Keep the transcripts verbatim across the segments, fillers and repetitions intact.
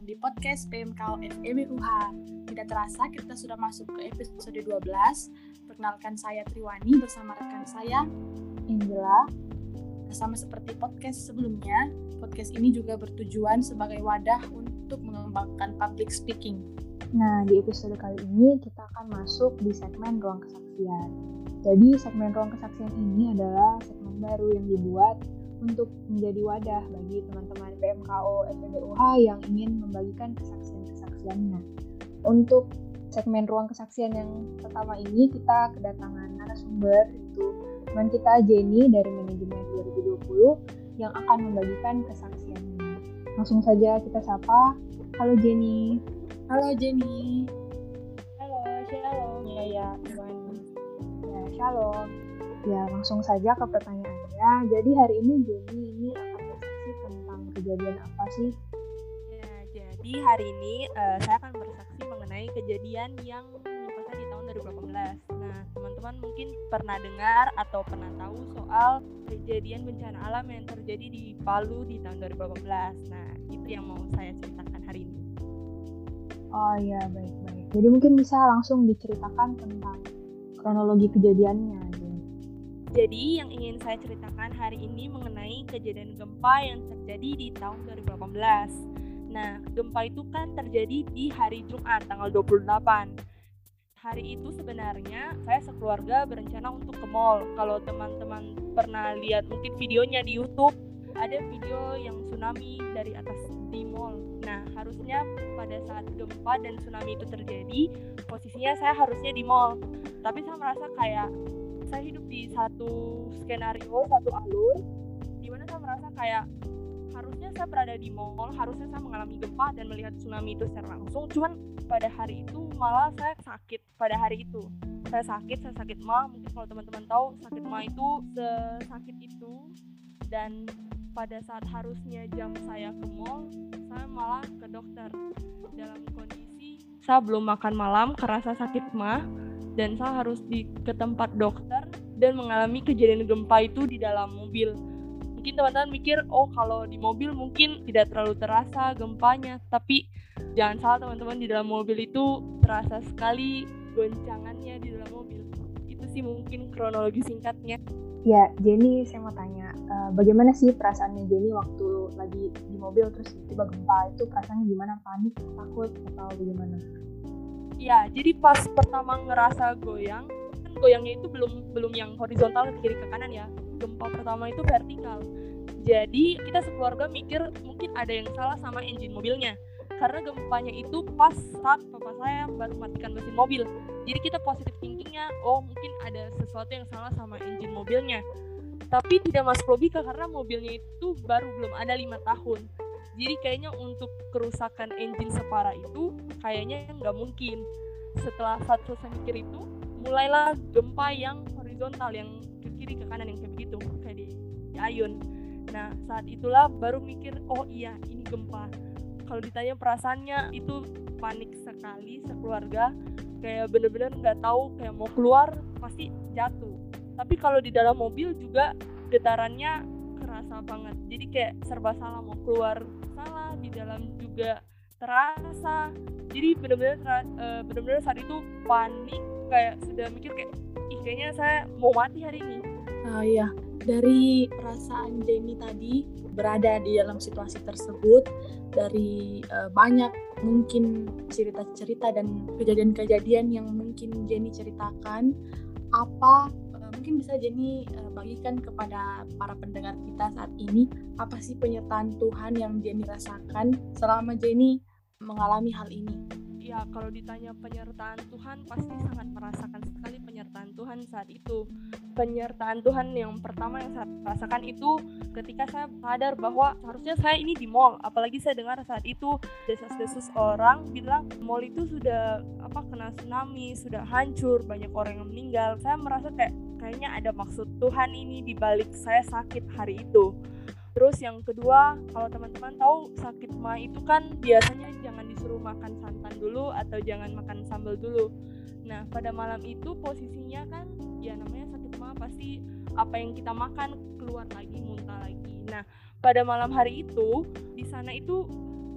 di podcast P M K O F E B U H. Tidak terasa kita sudah masuk ke episode dua belas. Perkenalkan saya Triwani bersama rekan saya Angela. Sama seperti podcast sebelumnya, podcast ini juga bertujuan sebagai wadah untuk mengembangkan public speaking. Nah, di episode kali ini kita akan masuk di segmen ruang kesaksian. Jadi, segmen ruang kesaksian ini adalah segmen baru yang dibuat untuk menjadi wadah bagi teman-teman P M K O F E B U H yang ingin membagikan kesaksian-kesaksiannya. Untuk segmen ruang kesaksian yang pertama ini kita kedatangan narasumber, yaitu teman kita Jenny dari manajemen dua ribu dua puluh yang akan membagikan kesaksiannya. Langsung saja kita sapa. Halo Jenny. Halo Jenny. Halo, shalom. Ya ya, Tuhan. Ya, shalom. Ya, langsung saja ke pertanyaannya. Jadi hari ini Jenny ini akan bersaksi tentang kejadian apa sih? Ya, jadi hari ini uh, saya akan bersaksi mengenai kejadian yang menimpa saya di tahun dua ribu delapan belas. Nah, teman-teman mungkin pernah dengar atau pernah tahu soal kejadian bencana alam yang terjadi di Palu di tahun dua ribu delapan belas. Nah, itu yang mau saya ceritakan hari ini. Oh iya, baik-baik. Jadi mungkin bisa langsung diceritakan tentang kronologi kejadiannya. Jadi yang ingin saya ceritakan hari ini mengenai kejadian gempa yang terjadi di tahun dua ribu delapan belas. Nah, gempa itu kan terjadi di hari Jumat tanggal dua puluh delapan. Hari itu sebenarnya saya sekeluarga berencana untuk ke mall. Kalau teman-teman pernah lihat mungkin videonya di YouTube, ada video yang tsunami dari atas di mall. Nah, harusnya pada saat gempa dan tsunami itu terjadi, posisinya saya harusnya di mall. Tapi saya merasa kayak saya hidup di satu skenario, satu alur, di mana saya merasa kayak harusnya saya berada di mall, harusnya saya mengalami gempa dan melihat tsunami itu secara langsung. Cuman pada hari itu malah saya sakit. Pada hari itu saya sakit, saya sakit ma. Mungkin kalau teman-teman tahu sakit ma itu sesakit itu. Dan pada saat harusnya jam saya ke mall, saya malah ke dokter dalam kondisi saya belum makan malam karena saya sakit ma. Dan saya harus di, ke tempat dokter dan mengalami kejadian gempa itu di dalam mobil. Mungkin teman-teman mikir, oh kalau di mobil mungkin tidak terlalu terasa gempanya. Tapi jangan salah teman-teman, di dalam mobil itu terasa sekali goncangannya di dalam mobil. Itu sih mungkin kronologi singkatnya. Ya, Jenny saya mau tanya, uh, bagaimana sih perasaannya Jenny waktu lagi di mobil terus tiba gempa itu perasaannya gimana? Panik, takut, atau bagaimana? Ya, jadi pas pertama ngerasa goyang, kan goyangnya itu belum belum yang horizontal ke kiri ke kanan ya. Gempa pertama itu vertikal. Jadi kita sekeluarga mikir mungkin ada yang salah sama engine mobilnya. Karena gempanya itu pas saat papa saya baru matikan mesin mobil. Jadi kita positif thinkingnya, oh mungkin ada sesuatu yang salah sama engine mobilnya. Tapi tidak masuk logika karena mobilnya itu baru belum ada lima tahun. Jadi kayaknya untuk kerusakan engine separah itu kayaknya nggak mungkin. Setelah saat selesai mikir itu, mulailah gempa yang horizontal, yang ke kiri ke kanan, yang kayak begitu, kayak di, di ayun. Nah, saat itulah baru mikir, oh iya ini gempa. Kalau ditanya perasaannya itu panik sekali sekeluarga, kayak bener-bener nggak tahu, kayak mau keluar pasti jatuh. Tapi kalau di dalam mobil juga getarannya kerasa banget. Jadi kayak serba salah, mau keluar salah, di dalam juga terasa. Jadi benar-benar uh, benar-benar saat itu panik, kayak sudah mikir kayak ih kayaknya saya mau mati hari ini. Oh iya, dari perasaan Jenny tadi berada di dalam situasi tersebut, dari uh, banyak mungkin cerita-cerita dan kejadian-kejadian yang mungkin Jenny ceritakan, apa mungkin bisa Jenny uh, bagikan kepada para pendengar kita saat ini, apa sih penyertaan Tuhan yang Jenny rasakan selama Jenny mengalami hal ini? Ya, kalau ditanya penyertaan Tuhan, pasti sangat merasakan sekali penyertaan Tuhan saat itu. Penyertaan Tuhan yang pertama yang saya rasakan itu ketika saya sadar bahwa harusnya saya ini di mall. Apalagi saya dengar saat itu desas-desus orang bilang mall itu sudah apa kena tsunami, sudah hancur, banyak orang yang meninggal. Saya merasa kayak kayaknya ada maksud Tuhan ini di balik saya sakit hari itu. Terus yang kedua, kalau teman-teman tahu sakit ma itu kan biasanya jangan disuruh makan santan dulu atau jangan makan sambal dulu. Nah, pada malam itu posisinya kan ya namanya sakit ma pasti apa yang kita makan keluar lagi, muntah lagi. Nah, pada malam hari itu di sana itu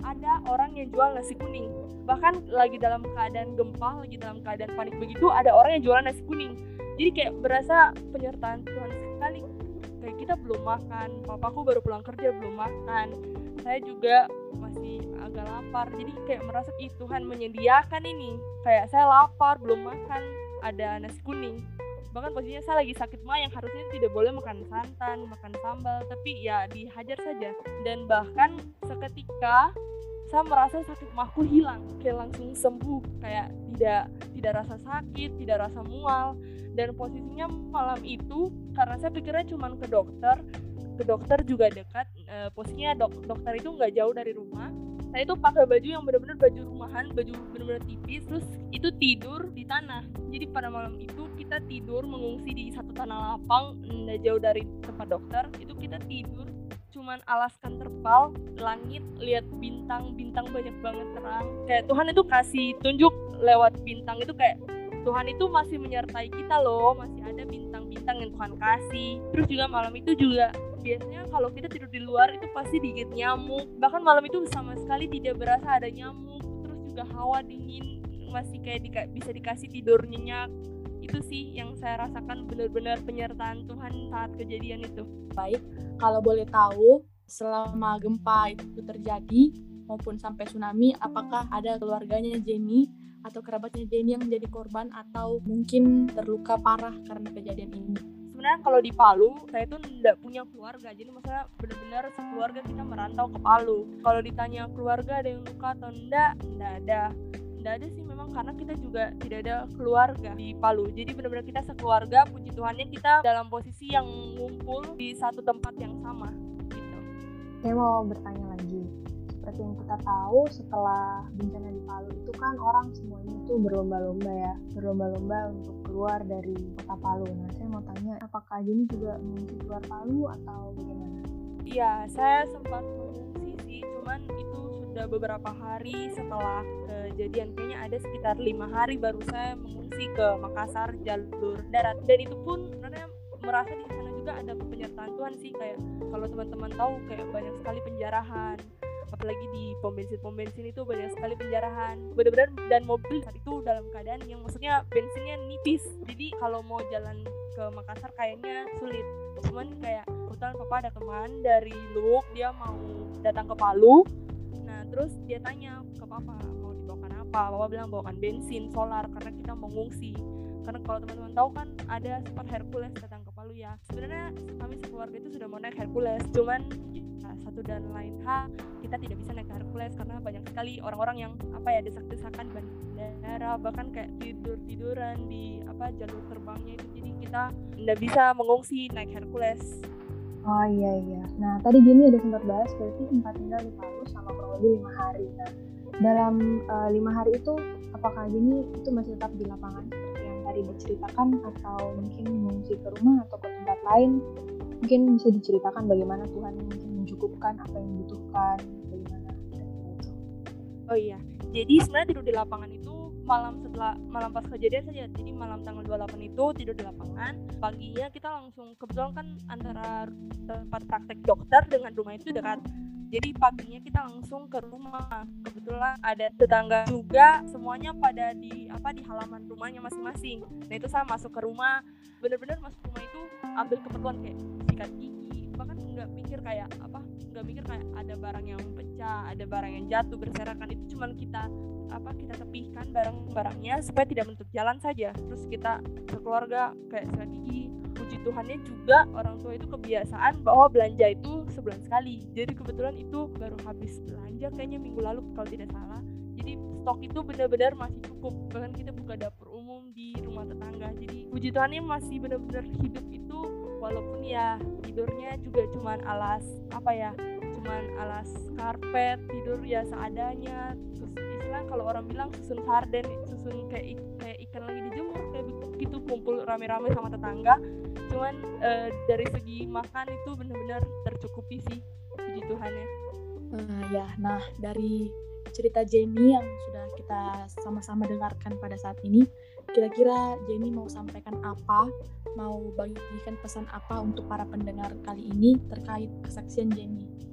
ada orang yang jual nasi kuning. Bahkan lagi dalam keadaan gempa, lagi dalam keadaan panik begitu, ada orang yang jualan nasi kuning. Jadi kayak berasa penyertaan Tuhan sekali. Kayak kita belum makan, papaku baru pulang kerja belum makan, saya juga masih agak lapar. Jadi kayak merasa ih Tuhan menyediakan ini. Kayak saya lapar, belum makan, ada nasi kuning. Bahkan posisinya saya lagi sakit mah yang harusnya tidak boleh makan santan, makan sambal, tapi ya dihajar saja. Dan bahkan seketika saya merasa sakit mahku hilang, kayak langsung sembuh, kayak tidak tidak rasa sakit, tidak rasa mual. Dan posisinya malam itu karena saya pikirnya cuma ke dokter, ke dokter juga dekat, e, posisinya dok, dokter itu nggak jauh dari rumah. Saya itu pakai baju yang benar-benar baju rumahan, baju benar-benar tipis, terus itu tidur di tanah. Jadi pada malam itu kita tidur mengungsi di satu tanah lapang, nggak jauh dari tempat dokter. Itu kita tidur, cuman alaskan terpal, langit, lihat bintang-bintang banyak banget terang. Kayak Tuhan itu kasih tunjuk lewat bintang itu, kayak Tuhan itu masih menyertai kita loh, masih ada bintang-bintang yang Tuhan kasih. Terus juga malam itu juga biasanya kalau kita tidur di luar itu pasti digigit nyamuk. Bahkan malam itu sama sekali tidak berasa ada nyamuk. Terus juga hawa dingin, masih kayak dika- bisa dikasih tidur nyenyak. Itu sih yang saya rasakan, benar-benar penyertaan Tuhan saat kejadian itu. Baik, kalau boleh tahu selama gempa itu terjadi maupun sampai tsunami, apakah ada keluarganya Jenny atau kerabatnya Jenny yang menjadi korban atau mungkin terluka parah karena kejadian ini? Sebenarnya kalau di Palu, saya tuh tidak punya keluarga, jadi maksudnya benar-benar sekeluarga kita merantau ke Palu. Kalau ditanya keluarga ada yang luka atau enggak, enggak ada. Enggak ada sih memang, karena kita juga tidak ada keluarga di Palu. Jadi benar-benar kita sekeluarga, puji Tuhannya kita dalam posisi yang ngumpul di satu tempat yang sama gitu. Saya mau bertanya lagi. Seperti yang kita tahu, setelah bencana di Palu itu kan orang semuanya itu berlomba-lomba ya, berlomba-lomba untuk keluar dari kota Palu. Nah, saya mau tanya, apakah Jenny juga mengungsi keluar Palu atau bagaimana? Iya, saya sempat mengungsi sih, cuman itu sudah beberapa hari setelah kejadian. Kayaknya ada sekitar lima hari baru saya mengungsi ke Makassar jalur darat. Dan itu pun sebenarnya merasa di sana juga ada penyertaan Tuhan sih. Kayak kalau teman-teman tahu, kayak banyak sekali penjarahan. Apalagi di pom bensin-pom bensin itu banyak sekali penjarahan, benar-benar, dan mobil saat itu dalam keadaan yang maksudnya bensinnya nipis, jadi kalau mau jalan ke Makassar kayaknya sulit. Cuman kayak kebetulan papa ada teman dari Luwuk, dia mau datang ke Palu. Nah terus dia tanya ke papa mau dibawakan apa, papa bilang bawakan bensin solar karena kita mengungsi. Karena kalau teman-teman tahu kan ada sempat Hercules datang ke Palu ya. Sebenarnya kami sekeluarga itu sudah mau naik Hercules, cuman ya, satu dan lain hal kita tidak bisa naik Hercules karena banyak sekali orang-orang yang apa ya desak-desakan bandara, bahkan kayak tidur-tiduran di apa jalur terbangnya itu. Jadi kita tidak bisa mengungsi naik Hercules. Oh iya iya. Nah tadi Jenny ada sempat bahas berarti sempat tinggal di Palu selama kurang lebih lima hari. Nah dalam uh, lima hari itu apakah Jenny itu masih tetap di lapangan seperti yang tadi diceritakan, atau mungkin mengungsi ke rumah atau ke tempat lain? Mungkin bisa diceritakan bagaimana Tuhan mungkin mencukupkan apa yang dibutuhkan, bagaimana itu. Oh iya, jadi sebenarnya tidur di lapangan itu malam setelah malam pas kejadian saja. Jadi malam tanggal dua puluh delapan itu tidur di lapangan. Paginya kita langsung, kebetulan kan antara tempat praktek dokter dengan rumah itu dekat. Jadi paginya kita langsung ke rumah. Kebetulan ada tetangga juga, semuanya pada di apa di halaman rumahnya masing-masing. Nah itu saya masuk ke rumah, benar-benar masuk rumah itu ambil keperluan kayak sikat gigi, bahkan nggak mikir kayak apa, nggak mikir kayak ada barang yang pecah, ada barang yang jatuh berserakan. Itu cuman kita apa kita tepihkan barang-barangnya supaya tidak menutup jalan saja. Terus kita sekeluarga kayak sikat gigi. Puji Tuhannya juga orang tua itu kebiasaan bahwa belanja itu sebulan sekali. Jadi kebetulan itu baru habis belanja kayaknya minggu lalu kalau tidak salah. Jadi stok itu benar-benar masih cukup. Bahkan kita buka dapur umum di rumah tetangga. Jadi puji Tuhannya masih benar-benar hidup itu, walaupun ya tidurnya juga cuman alas apa ya, cuman alas karpet, tidur ya seadanya. Terus istilah kalau orang bilang susun sarden, susun kayak kayak ikan lagi dijemur, kayak begitu, kumpul rame-rame sama tetangga. Cuman e, dari segi makan itu benar-benar tercukupi sih, puji Tuhannya. Uh, ya, nah dari cerita Jenny yang sudah kita sama-sama dengarkan pada saat ini, kira-kira Jenny mau sampaikan apa, mau bagikan pesan apa untuk para pendengar kali ini terkait kesaksian Jenny?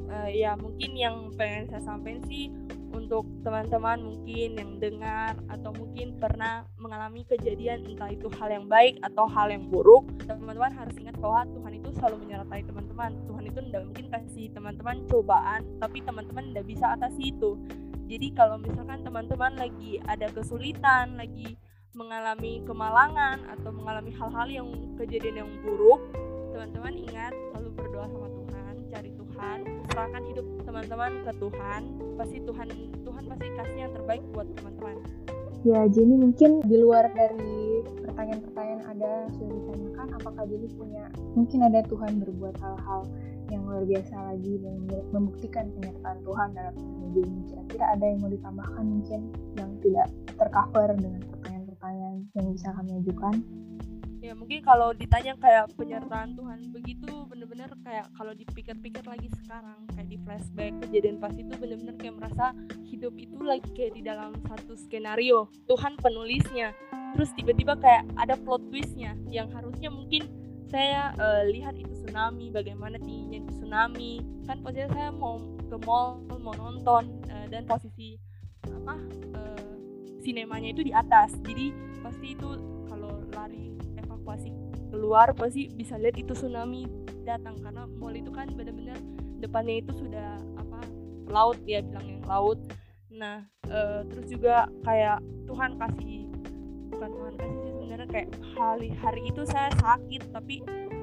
uh, ya mungkin yang pengen saya sampaikan sih untuk teman-teman mungkin yang dengar atau mungkin pernah mengalami kejadian entah itu hal yang baik atau hal yang buruk, teman-teman harus ingat bahwa Tuhan itu selalu menyertai teman-teman. Tuhan itu tidak mungkin kasih teman-teman cobaan tapi teman-teman tidak bisa atasi itu. Jadi kalau misalkan teman-teman lagi ada kesulitan, lagi mengalami kemalangan atau mengalami hal-hal yang kejadian yang buruk, teman-teman ingat selalu berdoa sama Tuhan, cari Tuhan, serahkan hidup teman-teman ke Tuhan. Pasti Tuhan Tuhan pasti kasih yang terbaik buat teman-teman. Ya, Jenny mungkin di luar dari pertanyaan-pertanyaan ada sudah ditanyakan, apakah Jenny punya mungkin ada Tuhan berbuat hal-hal yang luar biasa lagi dan membuktikan penyertaan Tuhan dalam hidup Jenny. Kira-kira ada yang mau ditambahkan mungkin yang tidak tercover dengan pertanyaan-pertanyaan yang bisa kami ajukan? Ya mungkin kalau ditanya kayak penyertaan Tuhan begitu bener-bener kayak kalau dipikir-pikir lagi sekarang kayak di flashback kejadian pas itu bener-bener kayak merasa hidup itu lagi kayak di dalam satu skenario Tuhan penulisnya, terus tiba-tiba kayak ada plot twistnya yang harusnya mungkin saya uh, lihat itu tsunami, bagaimana tingginya itu tsunami kan, posisinya saya mau ke mall mau nonton uh, dan posisi apa uh, sinemanya itu di atas, jadi pasti itu kalau lari evakuasi keluar pasti bisa lihat itu tsunami datang karena mall itu kan benar-benar depannya itu sudah apa laut ya bilangnya laut. Nah e, terus juga kayak Tuhan kasih bukan Tuhan kasih sih sebenarnya kayak hari hari itu saya sakit tapi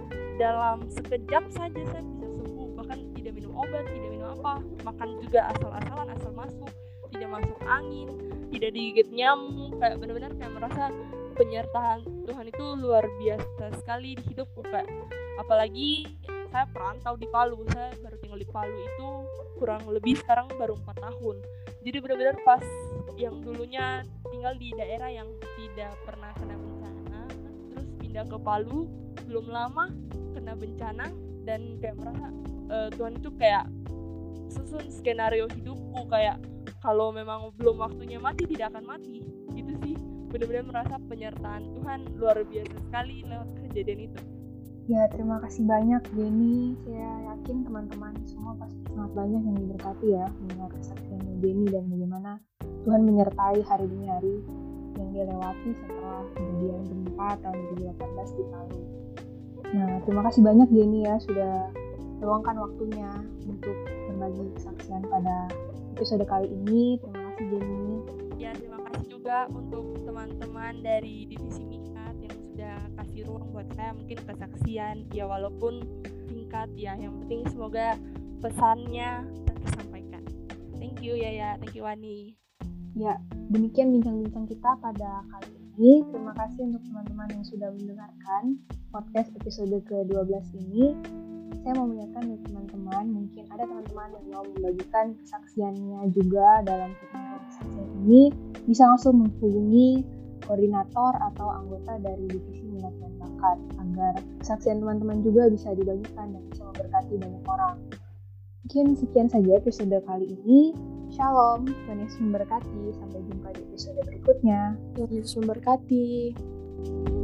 dalam sekejap saja saya bisa sembuh, bahkan tidak minum obat, tidak minum apa, makan juga asal-asalan asal masuk, tidak masuk angin, tidak digigit nyamuk, kayak benar-benar kayak merasa penyertaan Tuhan itu luar biasa sekali di hidupku. Kayak apalagi saya perantau di Palu, saya baru tinggal di Palu itu kurang lebih sekarang baru empat tahun, jadi benar-benar pas yang dulunya tinggal di daerah yang tidak pernah kena bencana terus pindah ke Palu belum lama kena bencana dan kayak merasa uh, Tuhan itu kayak susun skenario hidupku, kayak kalau memang belum waktunya mati tidak akan mati gitu sih. Benar-benar merasa penyertaan Tuhan luar biasa sekali lewat kejadian itu. Ya, terima kasih banyak Jenny. Saya yakin teman-teman semua pasti sangat banyak yang diberkati ya mendengar kesaksiannya Jenny dan bagaimana Tuhan menyertai hari demi hari yang dia lewati setelah kejadian gempa tahun dua ribu delapan belas di Palu. Nah, terima kasih banyak Jenny ya sudah meluangkan waktunya untuk berbagi kesaksian pada episode kali ini. Terima kasih Jenny. Ya, terima kasih juga untuk teman-teman dari divisi Mikat yang sudah kasih ruang buat saya mungkin kesaksian ya walaupun singkat ya, yang penting semoga pesannya tersampaikan. Thank you ya ya, thank you Wani. Ya, demikian bincang-bincang kita pada kali ini. Terima kasih untuk teman-teman yang sudah mendengarkan podcast episode ke dua belas ini. Saya mau mengingatkan untuk teman-teman, mungkin ada teman-teman yang mau membagikan kesaksiannya juga dalam segmen kesaksian ini, bisa langsung menghubungi koordinator atau anggota dari divisi minat dan bakat agar kesaksian teman-teman juga bisa dibagikan dan bisa memberkati banyak orang. Mungkin sekian saja episode kali ini. Shalom, Tuhan Yesus memberkati. Sampai jumpa di episode berikutnya. Tuhan Yesus memberkati.